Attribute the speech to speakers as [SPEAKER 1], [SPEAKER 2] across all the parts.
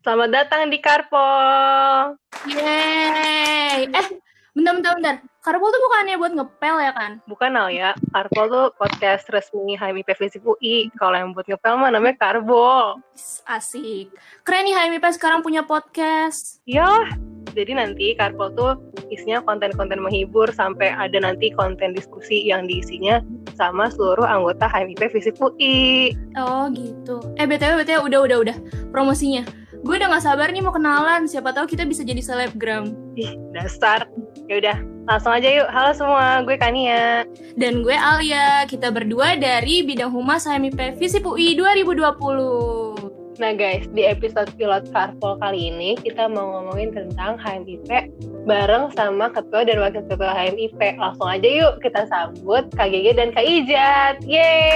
[SPEAKER 1] Selamat datang di Karpol.
[SPEAKER 2] Yeay. Bentar. Karpol tuh bukannya buat ngepel ya kan?
[SPEAKER 1] Bukan ya, Karpol tuh podcast resmi HMIP Fisip UI. Kalau yang buat ngepel mah namanya Karbol.
[SPEAKER 2] Asik. Keren nih HMIP sekarang punya podcast.
[SPEAKER 1] Ya, jadi nanti Karpol tuh isinya konten-konten menghibur sampai ada nanti konten diskusi yang diisinya sama seluruh anggota HMIP Fisip UI.
[SPEAKER 2] Oh gitu. BTW udah promosinya. Gue udah gak sabar nih mau kenalan. Siapa tahu kita bisa jadi selebgram.
[SPEAKER 1] Ih, dasar. Ya udah, langsung aja yuk. Halo semua, gue Kania.
[SPEAKER 2] Dan gue Alia. Kita berdua dari bidang Humas HMIP Fisip UI 2020.
[SPEAKER 1] Nah guys, di episode pilot Karpol kali ini kita mau ngomongin tentang HMIP bareng sama ketua dan wakil ketua HMIP. Langsung aja yuk kita sambut Kak Gege dan Kak Ijat.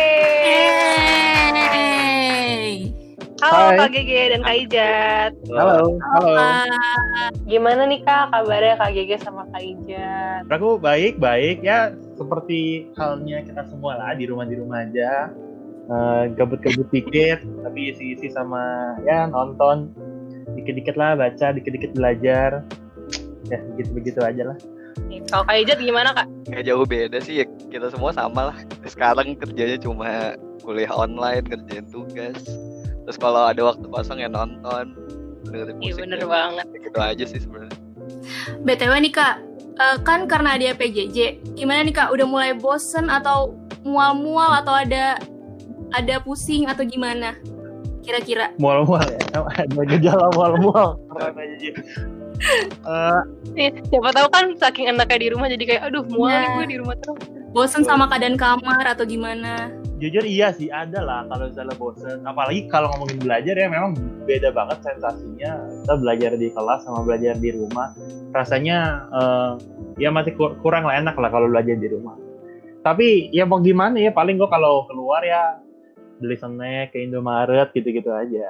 [SPEAKER 1] Yeay! Halo
[SPEAKER 3] Hai.
[SPEAKER 1] Kak Gege dan Kak Ijat.
[SPEAKER 3] Halo.
[SPEAKER 1] Gimana nih Kak kabarnya Kak Gege sama Kak Ijat?
[SPEAKER 3] Aku baik ya, seperti halnya kita semua lah, di rumah aja. Gabut-gabut dikit, tapi isi sama ya nonton, dikit-dikit lah baca, dikit-dikit belajar, ya begitu aja lah.
[SPEAKER 1] Kalau Kak Ijat gimana Kak?
[SPEAKER 4] Gak jauh beda sih, ya kita semua sama lah. Sekarang kerjanya cuma kuliah online, kerjain tugas. Terus kalau ada waktu kosong ya nonton, dengerin musik.
[SPEAKER 1] Iya bener
[SPEAKER 4] ya.
[SPEAKER 1] banget.
[SPEAKER 4] Gitu aja sih sebenarnya.
[SPEAKER 2] BTW nih Kak, kan karena ada PJJ, gimana nih Kak? Udah mulai bosen atau mual-mual atau ada pusing atau gimana? Kira-kira?
[SPEAKER 3] Mual-mual ya, ada gejala mual-mual.
[SPEAKER 1] Siapa tahu kan saking enaknya di rumah jadi kayak aduh mual nih gue di rumah terus.
[SPEAKER 2] Bosen sama keadaan kamar atau gimana?
[SPEAKER 3] Jujur iya sih, ada lah kalau misalnya bosen. Apalagi kalau ngomongin belajar ya, memang beda banget sensasinya kita belajar di kelas sama belajar di rumah. Rasanya ya masih kurang lah, enak lah kalau belajar di rumah. Tapi ya mau gimana ya, paling gue kalau keluar ya beli snack ke Indomaret gitu-gitu aja.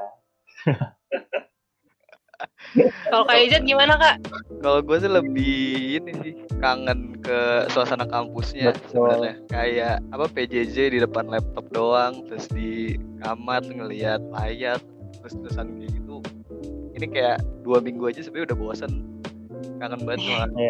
[SPEAKER 1] Kalau Kak Ijat gimana Kak?
[SPEAKER 4] Kalau gue sih lebih ini sih, kangen ke suasana kampusnya.
[SPEAKER 3] Betul.
[SPEAKER 4] Sebenarnya. Kayak PJJ di depan laptop doang, terus di kamar ngelihat layar, terus-terusan kayak gitu. Ini kayak 2 minggu aja sebenarnya udah bosan. Kangen banget sama
[SPEAKER 3] Iya.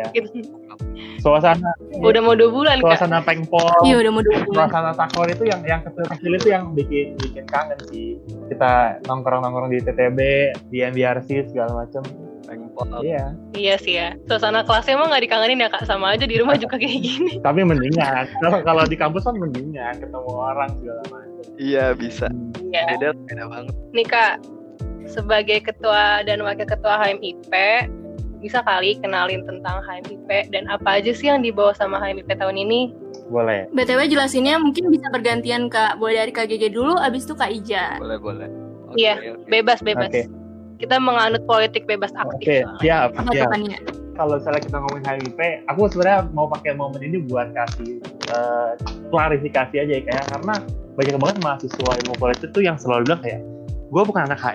[SPEAKER 3] Suasana
[SPEAKER 1] Udah mau 2 bulan Kak.
[SPEAKER 3] suasana pengpol,
[SPEAKER 2] Iya udah mau 2 bulan.
[SPEAKER 3] suasana takor itu yang kecil-kecil itu yang bikin kangen sih. Kita nongkrong di TTB, di MBRC segala macam.
[SPEAKER 4] pengpol.
[SPEAKER 3] Iya.
[SPEAKER 1] Iya sih ya. Suasana kelasnya emang nggak dikangenin ya Kak, sama aja di rumah juga kayak gini.
[SPEAKER 3] Tapi mendingan. Kalau di kampus kan mendingan ketemu orang segala macam.
[SPEAKER 4] Iya bisa.
[SPEAKER 1] Iya.
[SPEAKER 4] Beda banget.
[SPEAKER 1] Nih Kak, sebagai ketua dan wakil ketua HMIP, bisa kali kenalin tentang HMIP dan apa aja sih yang dibawa sama HMIP tahun ini?
[SPEAKER 3] Boleh.
[SPEAKER 2] BTW jelasinnya mungkin bisa bergantian Kak. Boleh dari Kak Gege dulu, abis itu Kak Ija.
[SPEAKER 4] Boleh.
[SPEAKER 1] Iya,
[SPEAKER 4] Oke.
[SPEAKER 1] bebas.
[SPEAKER 3] Oke.
[SPEAKER 1] Kita menganut politik bebas aktif.
[SPEAKER 3] Oke, siap.
[SPEAKER 2] Apa
[SPEAKER 3] siap.
[SPEAKER 2] depannya?
[SPEAKER 3] Kalau misalnya kita ngomongin HMIP, aku sebenarnya mau pakai momen ini buat kasih klarifikasi aja ya, kayak karena banyak banget mahasiswa ilmu politik tuh yang selalu bilang kayak gue bukan anak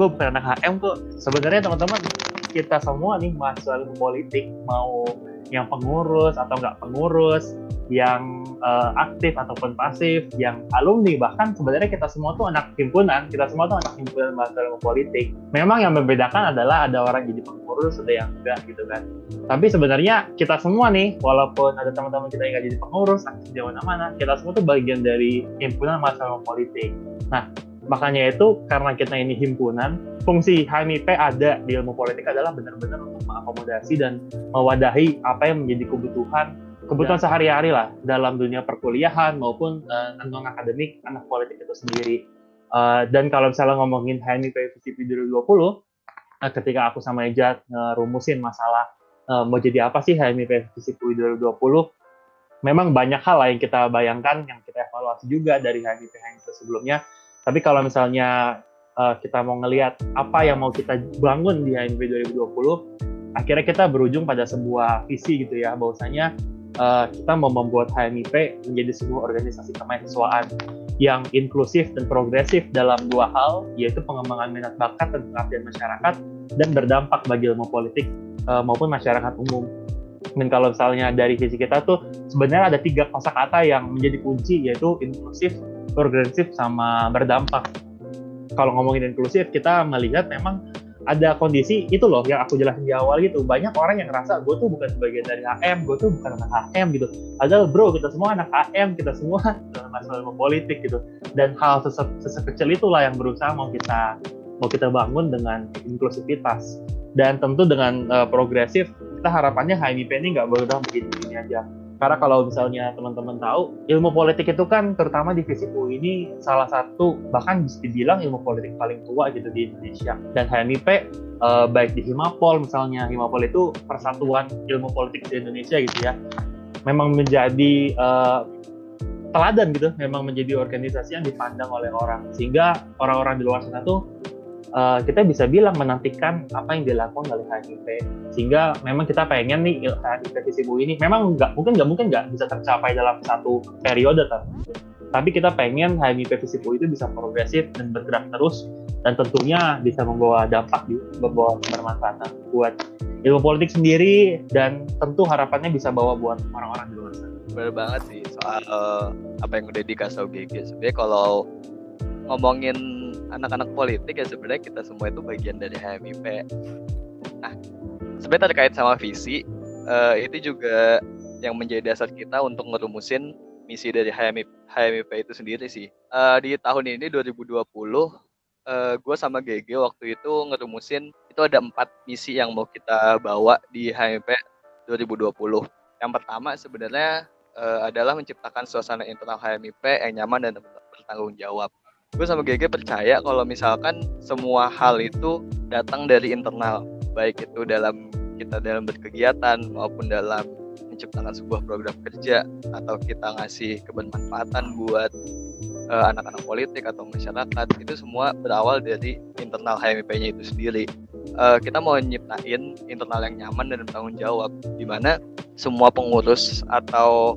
[SPEAKER 3] HM kok. Sebenarnya teman-teman, kita semua nih mahasiswa ilmu politik, mau yang pengurus atau nggak pengurus, yang aktif ataupun pasif, yang alumni, bahkan sebenarnya kita semua tuh anak himpunan mahasiswa ilmu politik. Memang yang membedakan adalah ada orang jadi pengurus, ada yang enggak gitu kan. Tapi sebenarnya kita semua nih, walaupun ada teman-teman kita yang nggak jadi pengurus, aktif di mana-mana, kita semua tuh bagian dari himpunan mahasiswa ilmu politik. Nah, makanya itu karena kita ini himpunan, fungsi HMIP ada di ilmu politik adalah benar-benar untuk mengakomodasi dan mewadahi apa yang menjadi kebutuhan sehari-hari lah dalam dunia perkuliahan maupun non akademik anak politik itu sendiri. Dan kalau misalnya ngomongin HMIP Fisip 2020, ketika aku sama Ejat ngerumusin masalah mau jadi apa sih HMIP Fisip 2020, memang banyak hal lah yang kita bayangkan, yang kita evaluasi juga dari HMIP sebelumnya. Tapi kalau misalnya kita mau ngelihat apa yang mau kita bangun di HMIP 2020, akhirnya kita berujung pada sebuah visi gitu ya, bahwasanya kita mau membuat HMIP menjadi sebuah organisasi kemahasiswaan yang inklusif dan progresif dalam 2 hal, yaitu pengembangan minat bakat dan pengabdian masyarakat, dan berdampak bagi ilmu politik maupun masyarakat umum. Dan kalau misalnya dari visi kita tuh sebenarnya ada 3 kosakata yang menjadi kunci, yaitu inklusif, progresif, sama berdampak. Kalau ngomongin inklusif, kita melihat memang ada kondisi itu loh yang aku jelasin di awal gitu. Banyak orang yang ngerasa gue tuh bukan sebagian dari HM, gue tuh bukan anak HM gitu. Padahal bro, kita semua anak HM, kita semua dalam masalah ilmu politik gitu. Dan hal sesekecil itulah yang berusaha mau kita bangun dengan inklusivitas. Dan tentu dengan progresif, kita harapannya HMIP ini nggak berudah begini-begini aja. Karena kalau misalnya teman-teman tahu, ilmu politik itu kan terutama divisi UI ini salah satu, bahkan bisa dibilang ilmu politik paling tua gitu di Indonesia. Dan HMIP, baik di Himapol misalnya, Himapol itu persatuan ilmu politik di Indonesia gitu ya, memang menjadi teladan gitu, memang menjadi organisasi yang dipandang oleh orang. Sehingga orang-orang di luar sana tuh kita bisa bilang menantikan apa yang dilakukan oleh HMIP, sehingga memang kita pengen nih HMIP Visibu ini memang mungkin nggak bisa tercapai dalam satu periode tapi kita pengen HMIP Visibu itu bisa progresif dan bergerak terus, dan tentunya bisa membawa dampak, membawa kebermanfaatan buat ilmu politik sendiri, dan tentu harapannya bisa bawa buat orang-orang di luar sana.
[SPEAKER 4] Bener banget sih soal apa yang udah dikasih tau GG. Sebenarnya kalau ngomongin anak-anak politik ya sebenarnya kita semua itu bagian dari HMIP. Nah, sebenarnya terkait sama visi, itu juga yang menjadi dasar kita untuk ngerumusin misi dari HMIP itu sendiri sih. Di tahun ini 2020, gue sama GG waktu itu ngerumusin itu ada 4 misi yang mau kita bawa di HMIP 2020. Yang pertama sebenarnya adalah menciptakan suasana internal HMIP yang nyaman dan bertanggung jawab. Gue sama GG percaya kalau misalkan semua hal itu datang dari internal, baik itu dalam berkegiatan maupun dalam menciptakan sebuah program kerja, atau kita ngasih kebermanfaatan buat anak-anak politik atau masyarakat, itu semua berawal dari internal HMIP-nya itu sendiri. Kita mau nyiptain internal yang nyaman dan bertanggung jawab, di mana semua pengurus atau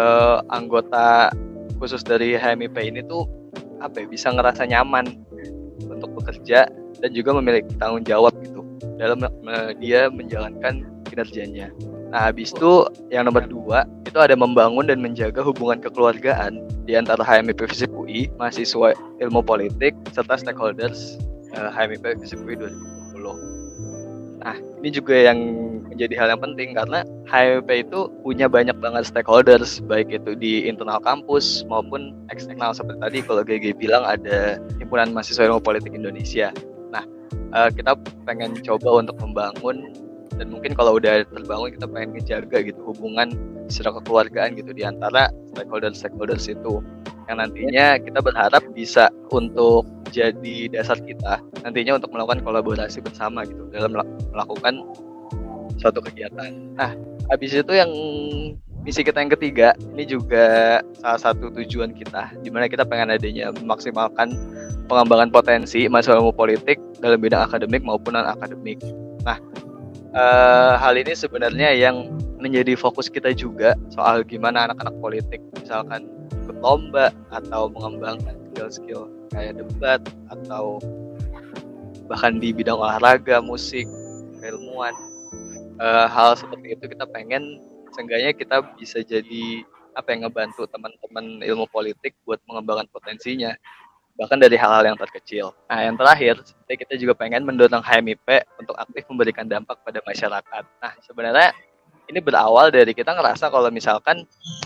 [SPEAKER 4] anggota khusus dari HMIP ini tuh bisa ngerasa nyaman untuk bekerja dan juga memiliki tanggung jawab gitu dalam dia menjalankan kinerjanya. Nah, habis itu yang nomor 2 itu ada membangun dan menjaga hubungan kekeluargaan di antara HMIP Visip UI, mahasiswa ilmu politik serta stakeholders HMIP Visip UI 2020. Nah, ini juga yang menjadi hal yang penting karena HMIP itu punya banyak banget stakeholders, baik itu di internal kampus maupun eksternal. Seperti tadi kalau GG bilang ada Himpunan Mahasiswa Ilmu Politik Indonesia. Nah, kita pengen coba untuk membangun, dan mungkin kalau udah terbangun kita pengen ngejaga gitu hubungan secara kekeluargaan gitu di antara stakeholders itu, yang nantinya kita berharap bisa untuk jadi dasar kita nantinya untuk melakukan kolaborasi bersama gitu dalam melakukan suatu kegiatan. Nah, habis itu yang misi kita yang ketiga, ini juga salah satu tujuan kita, di mana kita pengen adanya memaksimalkan pengembangan potensi mahasiswa ilmu politik dalam bidang akademik maupun non-akademik. Nah, hal ini sebenarnya yang menjadi fokus kita juga, soal gimana anak-anak politik misalkan ikut lomba atau mengembangkan skill-skill kayak debat atau bahkan di bidang olahraga, musik, keilmuan. Hal seperti itu kita pengen seenggaknya kita bisa jadi yang ngebantu teman-teman ilmu politik buat mengembangkan potensinya, bahkan dari hal-hal yang terkecil. Nah, yang terakhir, kita juga pengen mendorong HMIP untuk aktif memberikan dampak pada masyarakat. Nah, sebenarnya ini berawal dari kita ngerasa kalau misalkan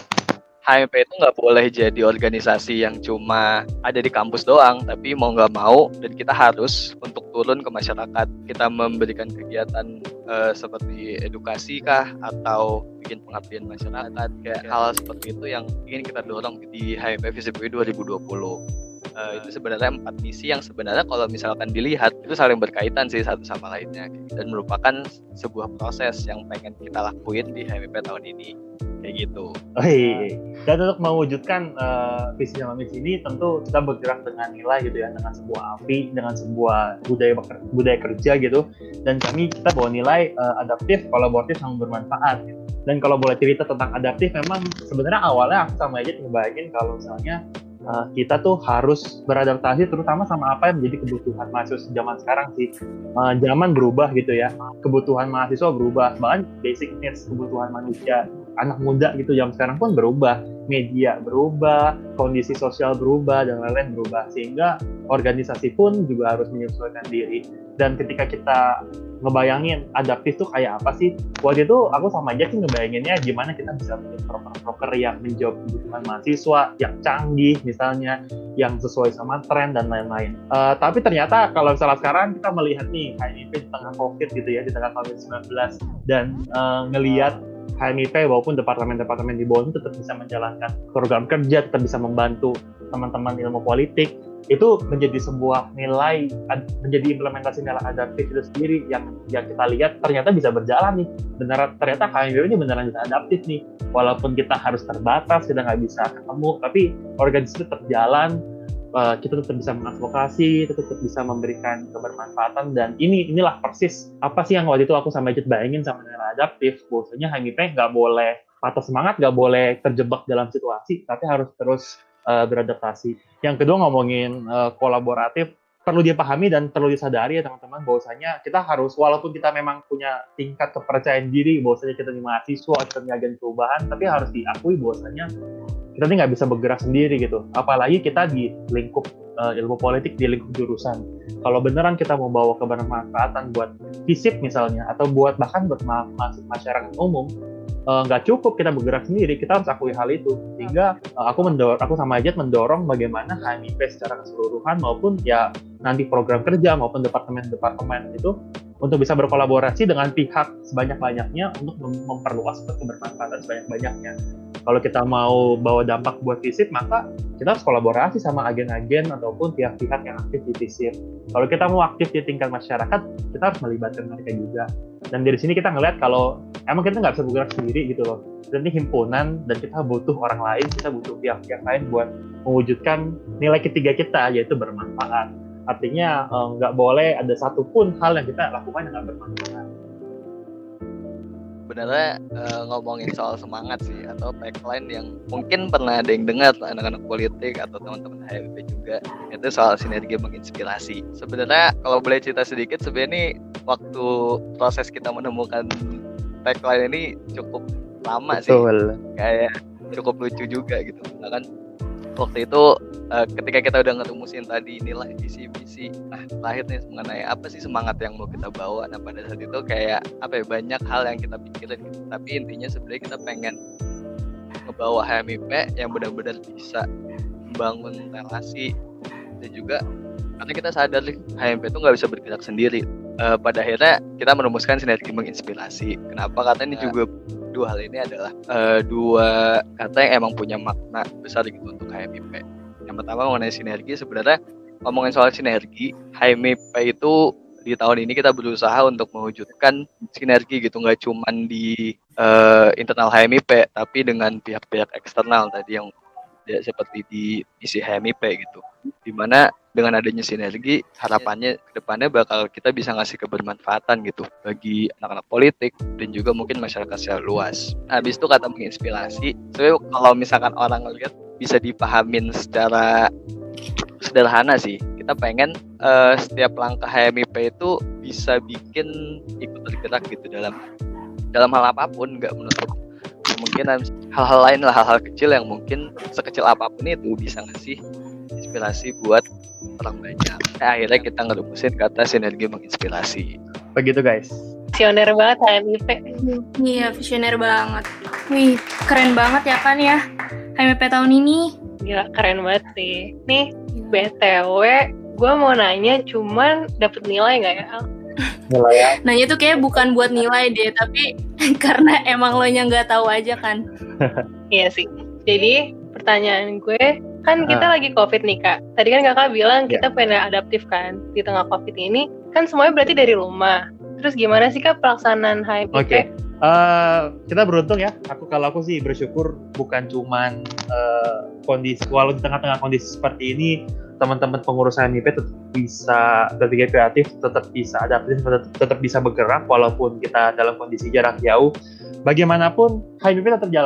[SPEAKER 4] HMIP itu nggak boleh jadi organisasi yang cuma ada di kampus doang, tapi mau nggak mau dan kita harus untuk turun ke masyarakat. Kita memberikan kegiatan seperti edukasi kah atau bikin pengabdian masyarakat, kayak hal seperti itu yang ingin kita dorong di HMIP Visip UI 2020. Itu sebenarnya 4 misi yang sebenarnya kalau misalkan dilihat itu saling berkaitan sih satu sama lainnya, dan merupakan sebuah proses yang pengen kita lakuin di HMIP tahun ini kayak gitu.
[SPEAKER 3] Dan untuk mewujudkan visi sama misi ini tentu kita bergerak dengan nilai gitu ya, dengan sebuah AFI, dengan sebuah budaya kerja gitu, dan kita bawa nilai adaptif, kolaboratif, sama bermanfaat gitu. Dan kalau boleh cerita tentang adaptif, memang sebenarnya awalnya aku sama Ejit ngebayangin kalau misalnya kita tuh harus beradaptasi terutama sama apa yang menjadi kebutuhan mahasiswa zaman sekarang sih. Zaman berubah gitu ya, kebutuhan mahasiswa berubah, bahkan basic needs kebutuhan manusia, anak muda gitu jam sekarang pun berubah, media berubah, kondisi sosial berubah, dan lain-lain berubah, sehingga organisasi pun juga harus menyesuaikan diri. Dan ketika kita ngebayangin adaptif tuh kayak apa sih, waktu itu aku sama aja sih ngebayanginnya gimana kita bisa bikin proker-proker yang menjawab kebutuhan mahasiswa, yang canggih misalnya, yang sesuai sama tren dan lain-lain. Tapi ternyata kalau misalnya sekarang kita melihat nih HMIP di tengah COVID gitu ya, di tengah COVID-19, dan ngelihat HMIP walaupun departemen-departemen di bawah itu tetap bisa menjalankan program kerja, tetap bisa membantu teman-teman ilmu politik, itu menjadi sebuah nilai, menjadi implementasi nilai adaptif itu sendiri yang kita lihat ternyata bisa berjalan nih. Ternyata HMIP ini beneran bisa adaptif nih. Walaupun kita harus terbatas, kita nggak bisa ketemu, tapi organisasi tetap jalan, kita tetap bisa mengadvokasi, kita tetap bisa memberikan kebermanfaatan, dan inilah persis apa sih yang waktu itu aku sama Jet bayangin sama nilai adaptif. Bahwasanya HMIP nggak boleh patah semangat, nggak boleh terjebak dalam situasi, tapi harus terus beradaptasi. Yang kedua ngomongin kolaboratif, perlu dipahami dan perlu disadari ya teman-teman, bahwasanya kita harus, walaupun kita memang punya tingkat kepercayaan diri bahwasanya kita di mahasiswa, kita di agen perubahan, tapi harus diakui bahwasanya kita ini nggak bisa bergerak sendiri gitu. Apalagi kita di lingkup ilmu politik, di lingkup jurusan. Kalau beneran kita mau bawa kebermanfaatan buat FISIP misalnya, atau bahkan buat masyarakat umum, nggak cukup kita bergerak sendiri, kita harus akui hal itu. Sehingga aku sama Ajat mendorong bagaimana HMIP secara keseluruhan maupun ya nanti program kerja maupun departemen-departemen itu untuk bisa berkolaborasi dengan pihak sebanyak-banyaknya untuk memperluas kebermanfaatan sebanyak-banyaknya. Kalau kita mau bawa dampak buat FISIP, maka kita harus kolaborasi sama agen-agen ataupun pihak-pihak yang aktif di FISIP. Kalau kita mau aktif di tingkat masyarakat, kita harus melibatkan mereka juga. Dan dari sini kita ngelihat kalau emang kita nggak bisa bergerak sendiri gitu loh. Dan ini himpunan, dan kita butuh orang lain, kita butuh pihak-pihak lain buat mewujudkan nilai ketiga kita, yaitu bermanfaat. Artinya nggak boleh ada satupun hal yang kita lakukan yang nggak bermanfaat.
[SPEAKER 4] Sebenarnya ngomongin soal semangat sih, atau tagline yang mungkin pernah ada yang dengar anak-anak politik atau teman-teman HMIP juga, itu soal sinergi menginspirasi. Sebenarnya kalau boleh cerita sedikit, sebenarnya ini waktu proses kita menemukan tagline ini cukup lama. Betul. Sih, kayak cukup lucu juga gitu. Nah kan waktu itu ketika kita udah ngerumusin tadi nilai visi, nah terakhir nih mengenai apa sih semangat yang mau kita bawa. Nah pada saat itu kayak apa ya, banyak hal yang kita pikirin gitu. Tapi intinya sebenarnya kita pengen ngebawa HMIP yang benar-benar bisa membangun relasi, dan juga karena kita sadar nih HMIP itu nggak bisa bergerak sendiri. Pada akhirnya kita merumuskan sinergi menginspirasi. Kenapa? Karena ini juga dua hal ini adalah dua kata yang emang punya makna besar gitu untuk HMIP. Yang pertama mengenai sinergi, sebenarnya ngomongin soal sinergi, HMIP itu di tahun ini kita berusaha untuk mewujudkan sinergi gitu, nggak cuman di internal HMIP, tapi dengan pihak-pihak eksternal tadi yang ya, seperti di isi HMIP gitu. Dimana dengan adanya sinergi, harapannya ke depannya bakal kita bisa ngasih kebermanfaatan gitu bagi anak-anak politik dan juga mungkin masyarakat secara luas. Habis itu kata menginspirasi, sebenarnya kalau misalkan orang ngelihat bisa dipahamin secara sederhana sih. Kita pengen setiap langkah HMIP itu bisa bikin ikut tergerak gitu dalam hal apapun, nggak menutup kemungkinan hal-hal lain lah, hal-hal kecil yang mungkin sekecil apapun itu bisa ngasih inspirasi buat orang banyak. Nah, akhirnya kita ngerumusin kata sinergi menginspirasi.
[SPEAKER 3] Begitu guys.
[SPEAKER 1] Visioner banget HMIP.
[SPEAKER 2] Iya, visioner banget. Wih, keren banget ya kan ya HMIP tahun ini.
[SPEAKER 1] Gila, keren banget sih. Nih, BTW, gue mau nanya, cuman dapet nilai nggak ya, Al?
[SPEAKER 3] Nilai ya?
[SPEAKER 2] Nanya tuh kayak bukan buat nilai deh, tapi karena emang lo nya nggak tahu aja kan.
[SPEAKER 1] Iya sih. Jadi pertanyaan gue, kan kita lagi COVID nih Kak. Tadi kan Kakak bilang kita pengen adaptif kan di tengah COVID ini. Kan semuanya berarti dari rumah. Terus gimana sih Kak pelaksanaan HMIP?
[SPEAKER 3] Oke. Kita beruntung ya. Kalau aku sih bersyukur bukan cuman kondisi, walau di tengah-tengah kondisi seperti ini, teman-teman pengurus HMIP tetap bisa berpikir kreatif, tetap bisa adaptif, tetap bisa bergerak walaupun kita dalam kondisi jarak jauh. Bagaimanapun HMIP tetap jalan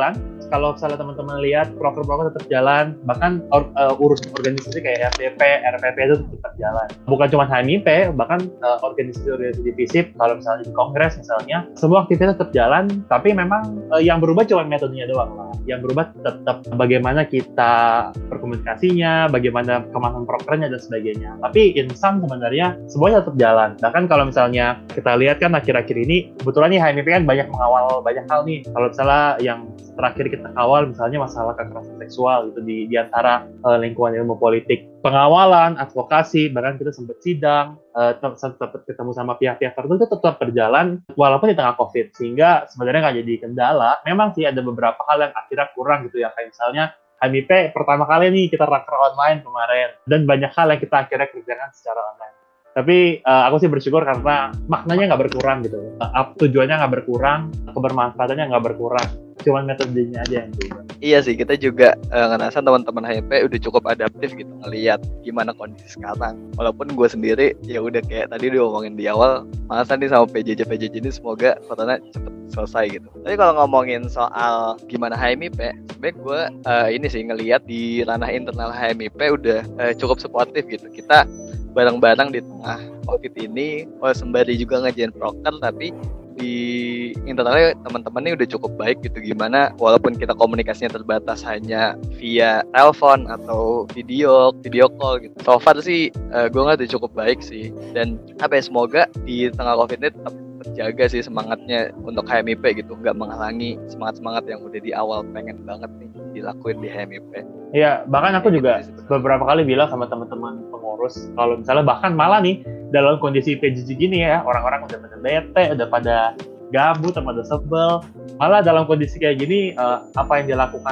[SPEAKER 3] kalau misalnya teman-teman lihat proker-proker tetap jalan, bahkan urusan organisasi kayak FDP, RPP itu tetap jalan. Bukan cuma HMIP, bahkan organisasi-organisasi FISIP, kalau misalnya di kongres misalnya, semua aktivitas tetap jalan, tapi memang yang berubah cuma metodenya doang lah. Yang berubah tetap bagaimana kita berkomunikasinya, bagaimana kemasan prokernya dan sebagainya. Tapi in sum sebenarnya semuanya tetap jalan. Bahkan kalau misalnya kita lihat kan akhir-akhir ini, kebetulan nih HMIP kan banyak mengawal banyak hal nih. Kalau misalnya yang terakhir kita kawal misalnya masalah kekerasan seksual gitu di antara lingkungan ilmu politik, pengawalan, advokasi, bahkan kita sempat sidang, sempat ketemu sama pihak-pihak tertentu itu tetap berjalan walaupun di tengah COVID, sehingga sebenarnya nggak jadi kendala. Memang sih ada beberapa hal yang akhirnya kurang gitu ya, kayak misalnya HMIP pertama kali nih kita raker online kemarin, dan banyak hal yang kita akhirnya kerjakan secara online. Tapi aku sih bersyukur karena maknanya nggak berkurang gitu. Tujuannya nggak berkurang, kebermanfaatannya nggak berkurang. Cuman metodenya aja yang berubah.
[SPEAKER 4] Iya sih, kita juga ngerasa teman-teman HMP udah cukup adaptif gitu ngelihat gimana kondisi sekarang. Walaupun gue sendiri ya udah kayak tadi diomongin di awal, masa nih sama PJJ ini semoga corona cepet selesai gitu. Tapi kalau ngomongin soal gimana HMIP, sebenarnya gue ini sih ngelihat di ranah internal HMIP udah cukup suportif gitu. Kita bareng-bareng di tengah COVID ini, sembari juga ngerjain proker, tapi di internalnya teman-teman ini udah cukup baik gitu, gimana walaupun kita komunikasinya terbatas hanya via telepon atau video call gitu. So far sih gue ngeliat udah cukup baik sih, dan semoga di tengah COVID ini tetap terjaga sih semangatnya untuk HMIP gitu, nggak menghalangi semangat yang udah di awal pengen banget nih dilakuin di HMIP.
[SPEAKER 3] Iya, bahkan aku juga beberapa kali bilang sama teman-teman pengurus, kalau misalnya bahkan malah nih dalam kondisi PJJ gini ya, orang-orang udah pada bete, udah pada gabut, pada sebel. Malah dalam kondisi kayak gini, apa yang dilakukan,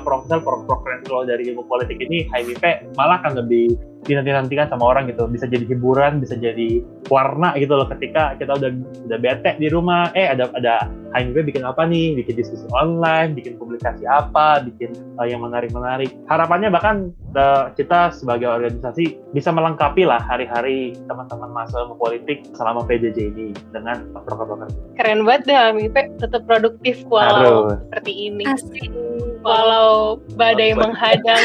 [SPEAKER 3] program dari ilmu politik ini, HMIP malah akan lebih dinanti-nantikan sama orang gitu. Bisa jadi hiburan, bisa jadi warna gitu loh, ketika kita udah bete di rumah, ada HMIP bikin apa nih, bikin diskusi online, bikin publikasi apa, bikin yang menarik-menarik. Harapannya bahkan kita sebagai organisasi bisa melengkapi lah hari-hari teman-teman mahasiswa ilmu politik selama PJJ ini dengan proker-proker.
[SPEAKER 1] Keren banget deh HMIP, tetap produktif walau seperti ini.
[SPEAKER 2] Asik.
[SPEAKER 1] Walau badai menghadang.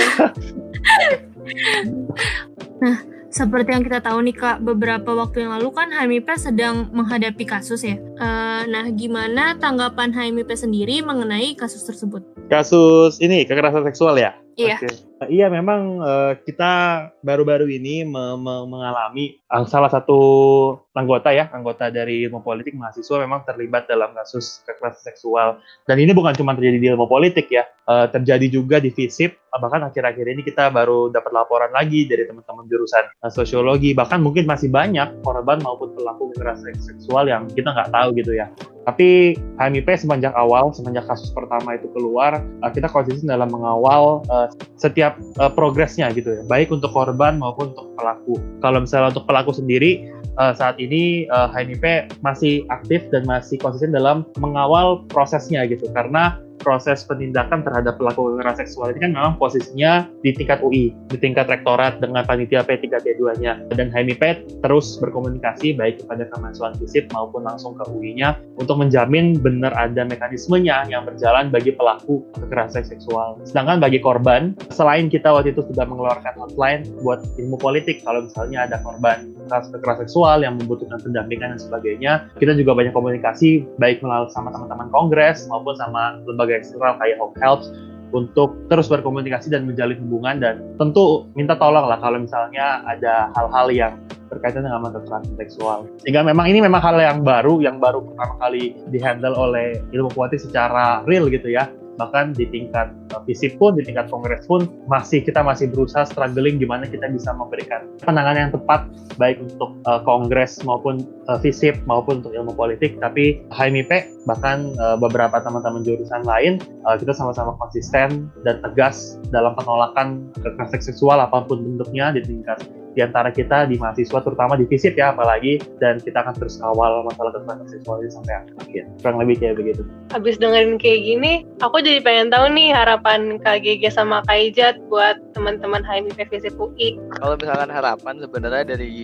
[SPEAKER 2] Nah, seperti yang kita tahu nih Kak, beberapa waktu yang lalu kan HMIP sedang menghadapi kasus ya. Nah, gimana tanggapan HMIP sendiri mengenai kasus tersebut?
[SPEAKER 3] Kasus ini, kekerasan seksual ya?
[SPEAKER 2] Iya.
[SPEAKER 3] Okay. Iya, memang kita baru-baru ini mengalami salah satu anggota dari ilmu politik mahasiswa memang terlibat dalam kasus kekerasan seksual. Dan ini bukan cuma terjadi di ilmu politik ya, terjadi juga di FISIP. Bahkan akhir-akhir ini kita baru dapat laporan lagi dari teman-teman jurusan sosiologi. Bahkan mungkin masih banyak korban maupun pelaku kekerasan seksual yang kita nggak tahu gitu ya. Tapi HMIP semenjak kasus pertama itu keluar, kita konsisten dalam mengawal setiap progresnya gitu ya, baik untuk korban maupun untuk pelaku. Kalau misalnya untuk pelaku sendiri, saat ini HMIP masih aktif dan masih konsisten dalam mengawal prosesnya gitu, karena proses penindakan terhadap pelaku kekerasan seksual ini kan memang posisinya di tingkat UI, di tingkat rektorat dengan panitia P3T2-nya. Dan HMIP terus berkomunikasi baik kepada kemahasiswaan FISIP maupun langsung ke UI-nya untuk menjamin benar ada mekanismenya yang berjalan bagi pelaku kekerasan seksual. Sedangkan bagi korban, selain kita waktu itu sudah mengeluarkan hotline buat ilmu politik, kalau misalnya ada korban kekerasan seksual yang membutuhkan pendampingan dan sebagainya, kita juga banyak komunikasi baik melalui sama teman-teman kongres maupun sama lembaga eksternal kayak Hope Helps untuk terus berkomunikasi dan menjalin hubungan, dan tentu minta tolong lah kalau misalnya ada hal-hal yang berkaitan dengan kekerasan seksual. Sehingga ini memang hal yang baru pertama kali dihandle oleh ilmu politik secara real gitu ya. Bahkan di tingkat FISIP pun, di tingkat kongres pun kita masih berusaha struggling gimana kita bisa memberikan penanganan yang tepat baik untuk kongres maupun FISIP maupun untuk ilmu politik. Tapi HMIP bahkan beberapa teman-teman jurusan lain, kita sama-sama konsisten dan tegas dalam penolakan kekerasan seksual apapun bentuknya di antara kita di mahasiswa, terutama di FISIP ya apalagi, dan kita akan terus kawal masalah kekerasan seksual ini sampai akhir. Kurang lebih kayak begitu.
[SPEAKER 1] Habis dengerin kayak gini, aku jadi pengen tahu nih harapan KGG sama Kaijat buat teman-teman HMIP FISIP UI.
[SPEAKER 4] Kalau misalkan harapan sebenarnya dari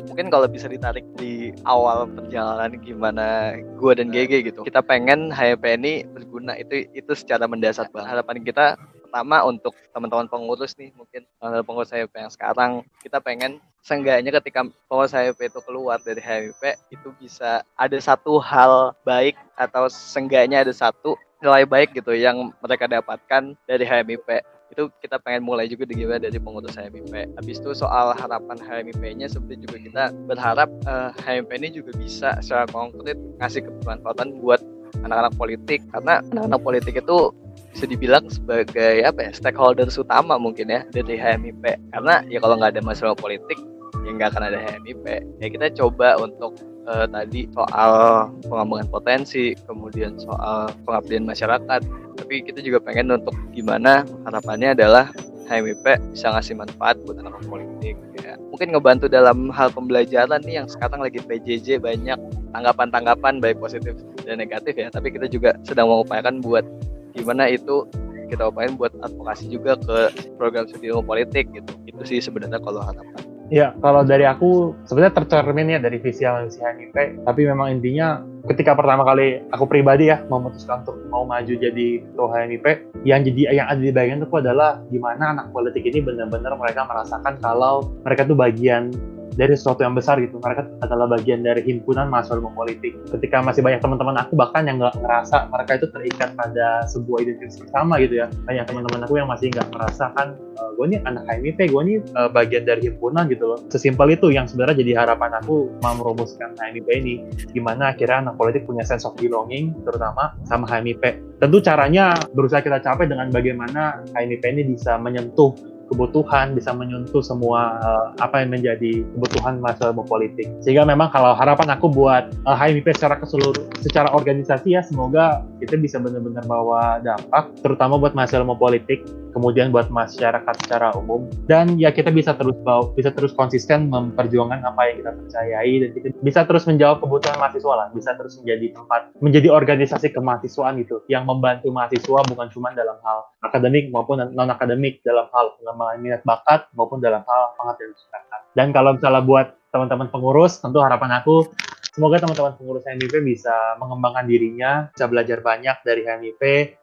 [SPEAKER 4] mungkin kalau bisa ditarik di awal perjalanan gimana gue dan GG gitu, kita pengen HMIP ini berguna, itu secara mendasar banget. Harapan kita pertama untuk teman-teman pengurus nih, mungkin teman-teman pengurus HMIP yang sekarang, kita pengen seenggaknya ketika pengurus HMIP itu keluar dari HMIP itu bisa ada satu hal baik atau seenggaknya ada satu nilai baik gitu yang mereka dapatkan dari HMIP. Itu kita pengen mulai juga dari pengurus HMIP. Habis itu soal harapan HMIP-nya, seperti juga kita berharap HMIP ini juga bisa secara konkret ngasih kebermanfaatan buat anak-anak politik, karena anak-anak politik itu bisa dibilang sebagai stakeholders utama mungkin ya dari HMIP. Karena ya kalau nggak ada masalah politik ya nggak akan ada HMIP. Ya kita coba untuk tadi soal pengembangan potensi, kemudian soal pengabdian masyarakat, tapi kita juga pengen untuk gimana harapannya adalah HMIP bisa ngasih manfaat buat anak politik ya. Mungkin ngebantu dalam hal pembelajaran nih yang sekarang lagi PJJ, banyak tanggapan-tanggapan baik positif dan negatif ya, tapi kita juga sedang mengupayakan buat gimana itu kita upayain buat advokasi juga ke program studi ilmu politik gitu. Itu sih sebenarnya kalau harapan.
[SPEAKER 3] Ya, kalau dari aku sebenarnya tercermin ya dari visi HMIP, tapi memang intinya ketika pertama kali aku pribadi ya memutuskan untuk mau maju jadi ketua HMIP, yang ada di bagian itu adalah gimana anak politik ini benar-benar mereka merasakan kalau mereka tuh bagian dari sesuatu yang besar gitu. Mereka adalah bagian dari himpunan mahasiswa ilmu politik. Ketika masih banyak teman-teman aku bahkan yang nggak ngerasa mereka itu terikat pada sebuah identitas bersama gitu ya. Banyak teman-teman aku yang masih nggak merasakan gue nih anak HMIP, gue nih bagian dari himpunan gitu loh. Sesimpel itu yang sebenarnya jadi harapan aku mau merumuskan HMIP ini. Gimana akhirnya anak politik punya sense of belonging, terutama sama HMIP. Tentu caranya berusaha kita capai dengan bagaimana HMIP ini bisa menyentuh kebutuhan, bisa menyentuh semua apa yang menjadi kebutuhan mahasiswa ilmu politik. Sehingga memang kalau harapan aku buat HMIP secara organisasi ya, semoga kita bisa benar-benar bawa dampak, terutama buat mahasiswa ilmu politik, kemudian buat masyarakat secara umum, dan ya kita bisa terus konsisten memperjuangkan apa yang kita percayai, dan kita bisa terus menjawab kebutuhan mahasiswa lah, bisa terus menjadi organisasi kemahasiswaan gitu, yang membantu mahasiswa bukan cuma dalam hal akademik maupun non-akademik, dalam hal pengembangan minat bakat maupun dalam hal pengabdian masyarakat. Dan kalau misalnya buat teman-teman pengurus, tentu harapan aku semoga teman-teman pengurus HMIP bisa mengembangkan dirinya, bisa belajar banyak dari HMIP,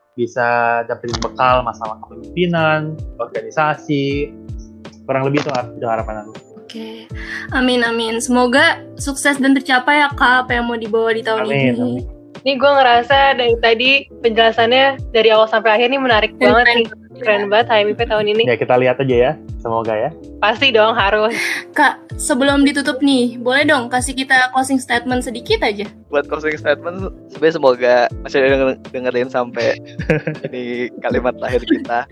[SPEAKER 3] bisa dapetin bekal masalah kepemimpinan, organisasi, kurang lebih itu harapan aku.
[SPEAKER 2] Oke, amin. Semoga sukses dan tercapai ya Kak, apa yang mau dibawa di tahun ini.
[SPEAKER 3] Amin.
[SPEAKER 1] Ini gue ngerasa dari tadi penjelasannya dari awal sampai akhir ini menarik banget nih. Keren banget HMIP tahun ini.
[SPEAKER 3] Ya kita lihat aja ya, semoga ya.
[SPEAKER 1] Pasti dong, harus.
[SPEAKER 2] Kak, sebelum ditutup nih, boleh dong kasih kita closing statement sedikit aja.
[SPEAKER 4] Buat closing statement, sebenarnya semoga masih dengerin sampai ini kalimat terakhir kita.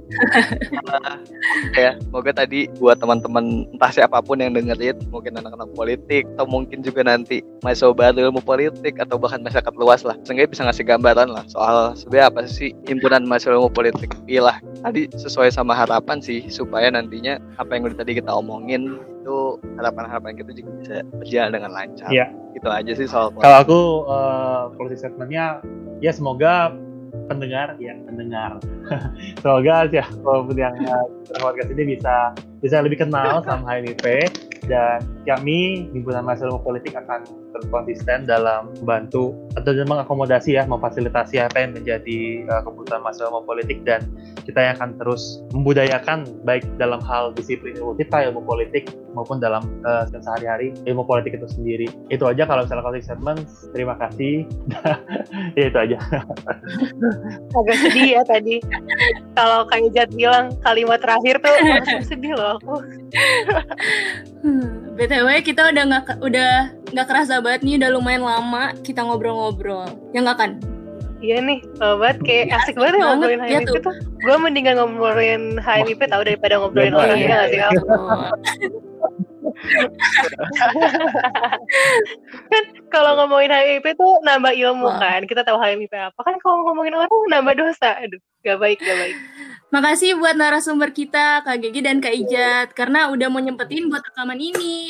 [SPEAKER 4] Ya, semoga tadi buat teman-teman entah siapapun yang dengerin, mungkin anak-anak politik atau mungkin juga nanti mahasiswa baru ilmu politik atau bahkan masyarakat luas lah, sehingga bisa ngasih gambaran lah soal sebenarnya apa sih himpunan mahasiswa ilmu politik. Iyalah, tadi sesuai sama harapan sih, supaya nantinya apa yang udah tadi kita omongin itu harapan-harapan kita juga bisa berjalan dengan lancar.
[SPEAKER 3] Iya.
[SPEAKER 4] Itu aja sih soal.
[SPEAKER 3] Kalau aku closing statementnya ya semoga pendengar semoga ya walaupun yang podcast ini bisa lebih kenal sama HMIP, dan kami himpunan mahasiswa ilmu politik akan terus konsisten dalam membantu atau mengakomodasi ya, memfasilitasi apa yang menjadi kebutuhan mahasiswa ilmu politik, dan kita yang akan terus membudayakan baik dalam hal disiplin ilmu kita, ilmu politik, maupun dalam sehari-hari ilmu politik itu sendiri. Itu aja kalau misalnya closing statement. Terima kasih. Ya itu aja.
[SPEAKER 1] Agak sedih ya tadi. Kalau Kak Ijat bilang kalimat terakhir tuh langsung sedih loh aku.
[SPEAKER 2] BTW kita udah nggak kerasa banget nih, udah lumayan lama kita ngobrol-ngobrol. Ya nggak kan?
[SPEAKER 1] Iya nih, banget kayak asik banget ya ngobrolin HMIP ya tuh. Gue mendingan ngobrolin HMIP tahu daripada ngobrolin orang lain, nggak sih kamu? Kan kalau ngomongin HMIP tuh nambah ilmu kan, kita tahu HMIP apa. Kan kalau ngomongin orang nambah dosa, aduh, gak baik.
[SPEAKER 2] Makasih buat narasumber kita, Kak Gigi dan Kak Ijat, karena udah mau nyempetin buat rekaman ini.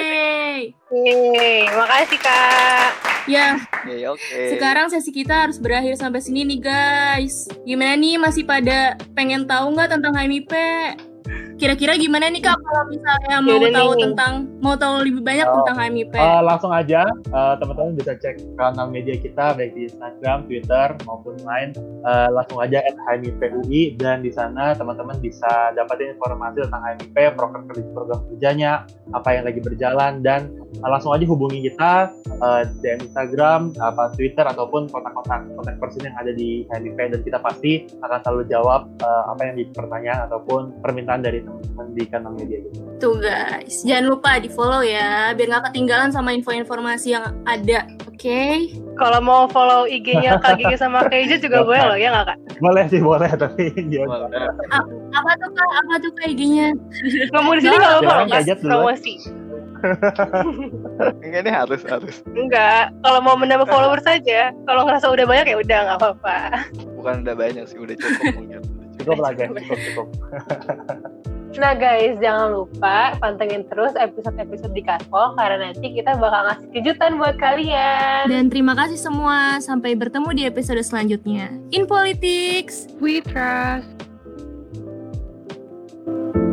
[SPEAKER 1] Yeay, makasih Kak.
[SPEAKER 2] Ya,
[SPEAKER 4] okay.
[SPEAKER 2] Sekarang sesi kita harus berakhir sampai sini nih guys. Gimana nih, masih pada pengen tahu nggak tentang HMIP? Kira-kira gimana nih Kak kalau misalnya mau
[SPEAKER 1] Yaudah
[SPEAKER 2] tahu
[SPEAKER 1] nih.
[SPEAKER 2] mau tahu lebih banyak tentang HMIP?
[SPEAKER 3] Langsung aja teman-teman bisa cek kanal media kita baik di Instagram, Twitter maupun lain. Langsung aja @HMIPUI dan di sana teman-teman bisa dapatin informasi tentang HMIP, program kerjanya, apa yang lagi berjalan, dan langsung aja hubungi kita DM Instagram, Twitter ataupun kontak person yang ada di HMIP, dan kita pasti akan selalu jawab apa yang jadi pertanyaan ataupun permintaan dari teman-teman di kanal media gitu.
[SPEAKER 2] Tuh guys, jangan lupa di follow ya, biar nggak ketinggalan sama info-informasi yang ada, oke?
[SPEAKER 1] Kalau mau follow IG-nya Kak Gigi sama Kak Ija juga boleh loh, ya nggak Kak?
[SPEAKER 3] Boleh sih, boleh, tapi
[SPEAKER 4] Wah, udah.
[SPEAKER 2] Apa tuh Kak IG-nya?
[SPEAKER 1] Ngomong di sini nggak apa-apa
[SPEAKER 3] Jangan
[SPEAKER 1] loh, Kak,
[SPEAKER 3] gadget dulu.
[SPEAKER 1] promosi.
[SPEAKER 4] Enggak, ini harus.
[SPEAKER 1] Enggak, kalau mau menambah follower saja. Kalau ngerasa udah banyak ya udah nggak apa-apa.
[SPEAKER 4] Bukan udah banyak sih, udah cukup mungkin.
[SPEAKER 3] cukup lah guys, cukup.
[SPEAKER 1] Nah guys, jangan lupa pantengin terus episode-episode di Karpol karena nanti kita bakal ngasih kejutan buat kalian.
[SPEAKER 2] Dan terima kasih semua, sampai bertemu di episode selanjutnya. In Politics,
[SPEAKER 1] We trust.